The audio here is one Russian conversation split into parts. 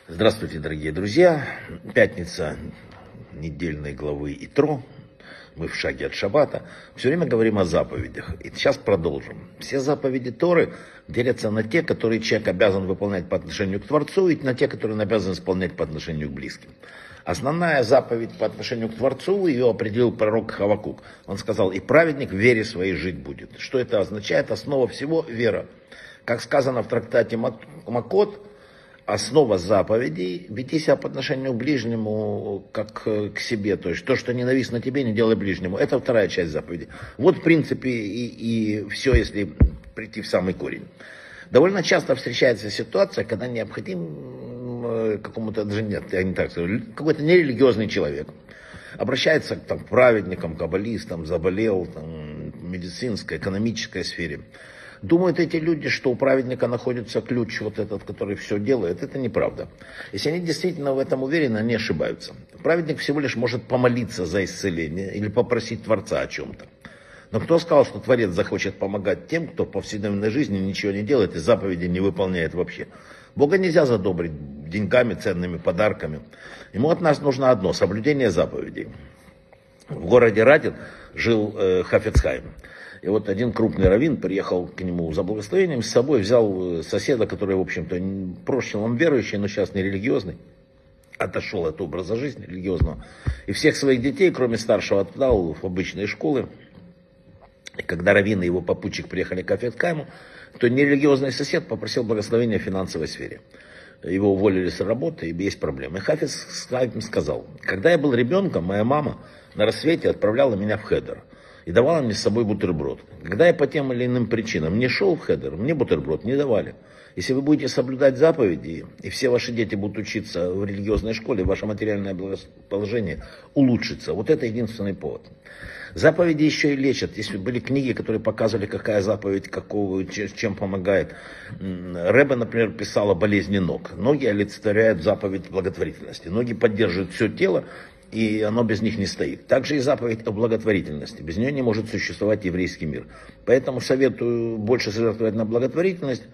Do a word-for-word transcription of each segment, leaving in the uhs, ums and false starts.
Здравствуйте, дорогие друзья. Пятница недельной главы Итро. Мы в шаге от шаббата. Все время говорим о заповедях. И сейчас продолжим. Все заповеди Торы делятся на те, которые человек обязан выполнять по отношению к Творцу, и на те, которые он обязан исполнять по отношению к близким. Основная заповедь по отношению к Творцу, ее определил пророк Хавакук. Он сказал: и праведник в вере своей жить будет. Что это означает? Основа всего — вера. Как сказано в трактате Макот, основа заповедей — веди себя по отношению к ближнему как к себе. То есть то, что ненавистно тебе, не делай ближнему. Это вторая часть заповеди. Вот в принципе и, и все, если прийти в самый корень. Довольно часто встречается ситуация, когда необходим какому-то, даже нет, я не так скажу, какой-то нерелигиозный человек обращается там, к праведникам, каббалистам, заболел там, в медицинской, экономической сфере. Думают эти люди, что у праведника находится ключ, вот этот, который все делает. Это неправда. Если они действительно в этом уверены, они ошибаются. Праведник всего лишь может помолиться за исцеление или попросить Творца о чем-то. Но кто сказал, что Творец захочет помогать тем, кто в повседневной жизни ничего не делает и заповеди не выполняет вообще? Бога нельзя задобрить деньгами, ценными подарками. Ему от нас нужно одно — соблюдение заповедей. В городе Радин жил э, Хафец Хаим. И вот один крупный раввин приехал к нему за благословением, с собой взял соседа, который, в общем-то, в прошлом верующий, но сейчас не религиозный, отошел от образа жизни религиозного. И всех своих детей, кроме старшего, отдал в обычные школы. И когда раввин и его попутчик приехали к Хафец Хаиму, то нерелигиозный сосед попросил благословения в финансовой сфере. Его уволили с работы, и есть проблемы. И Хафец Хаим сказал: когда я был ребенком, моя мама на рассвете отправляла меня в хедер и давала мне с собой бутерброд. Когда я по тем или иным причинам не шел в хедер, мне бутерброд не давали. Если вы будете соблюдать заповеди, и все ваши дети будут учиться в религиозной школе, ваше материальное положение улучшится. Вот это единственный повод. Заповеди еще и лечат. Если были книги, которые показывали, какая заповедь, какого, чем помогает. Ребе, например, писал о болезни ног. Ноги олицетворяют заповедь благотворительности. Ноги поддерживают все тело, и оно без них не стоит. Также и заповедь о благотворительности. Без нее не может существовать еврейский мир. Поэтому советую больше жертвовать на благотворительность,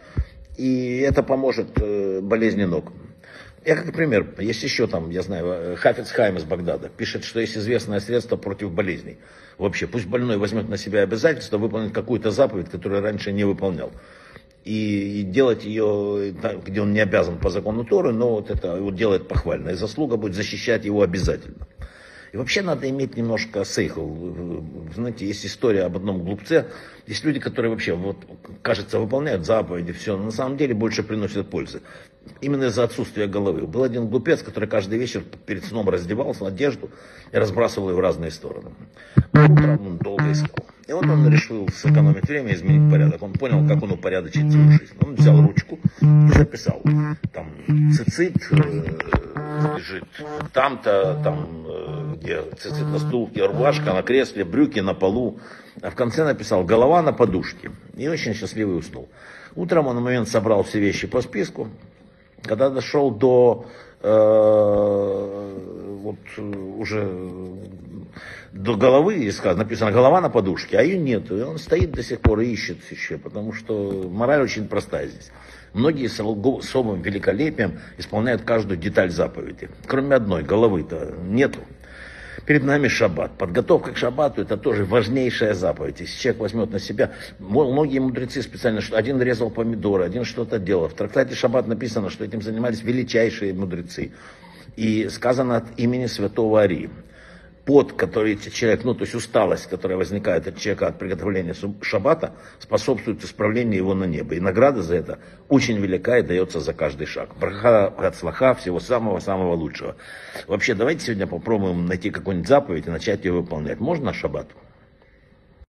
и это поможет э, болезни ног. Я как пример, есть еще там, я знаю, Хафец Хаим из Багдада пишет, что есть известное средство против болезней. Вообще, пусть больной возьмет на себя обязательство выполнить какую-то заповедь, которую раньше не выполнял. И делать ее, где он не обязан по закону Торы, но вот это вот делает похвально. И заслуга будет защищать его обязательно. И вообще надо иметь немножко сейхл. Знаете, есть история об одном глупце. Есть люди, которые вообще, вот, кажется, выполняют заповеди, все, но на самом деле больше приносят пользы. Именно из-за отсутствия головы. Был один глупец, который каждый вечер перед сном раздевался, одежду и разбрасывал ее в разные стороны. Утром он долго искал. И вот он решил сэкономить время и изменить порядок. Он понял, как он упорядочит свою жизнь. Он взял ручку и записал. Там цицит э, лежит там-то, там, э, где цицит на стулке, рубашка на кресле, брюки на полу. А в конце написал: голова на подушке. И очень счастливый уснул. Утром он на момент собрал все вещи по списку. Когда дошел до э, вот уже до головы, написано голова на подушке, а ее нет. И он стоит до сих пор и ищет еще, потому что мораль очень простая здесь. Многие с особым великолепием исполняют каждую деталь заповеди. Кроме одной, головы-то нету. Перед нами шаббат. Подготовка к шаббату — это тоже важнейшая заповедь. Если человек возьмет на себя, многие мудрецы специально, что один резал помидоры, один что-то делал. В трактате Шаббат написано, что этим занимались величайшие мудрецы. И сказано от имени святого Арии. Пот, который человек, ну то есть усталость, которая возникает от человека от приготовления шаббата, способствует исправлению его на небо. И награда за это очень велика и дается за каждый шаг. Браха, ацлаха, всего самого-самого лучшего. Вообще, давайте сегодня попробуем найти какую-нибудь заповедь и начать ее выполнять. Можно на шаббат?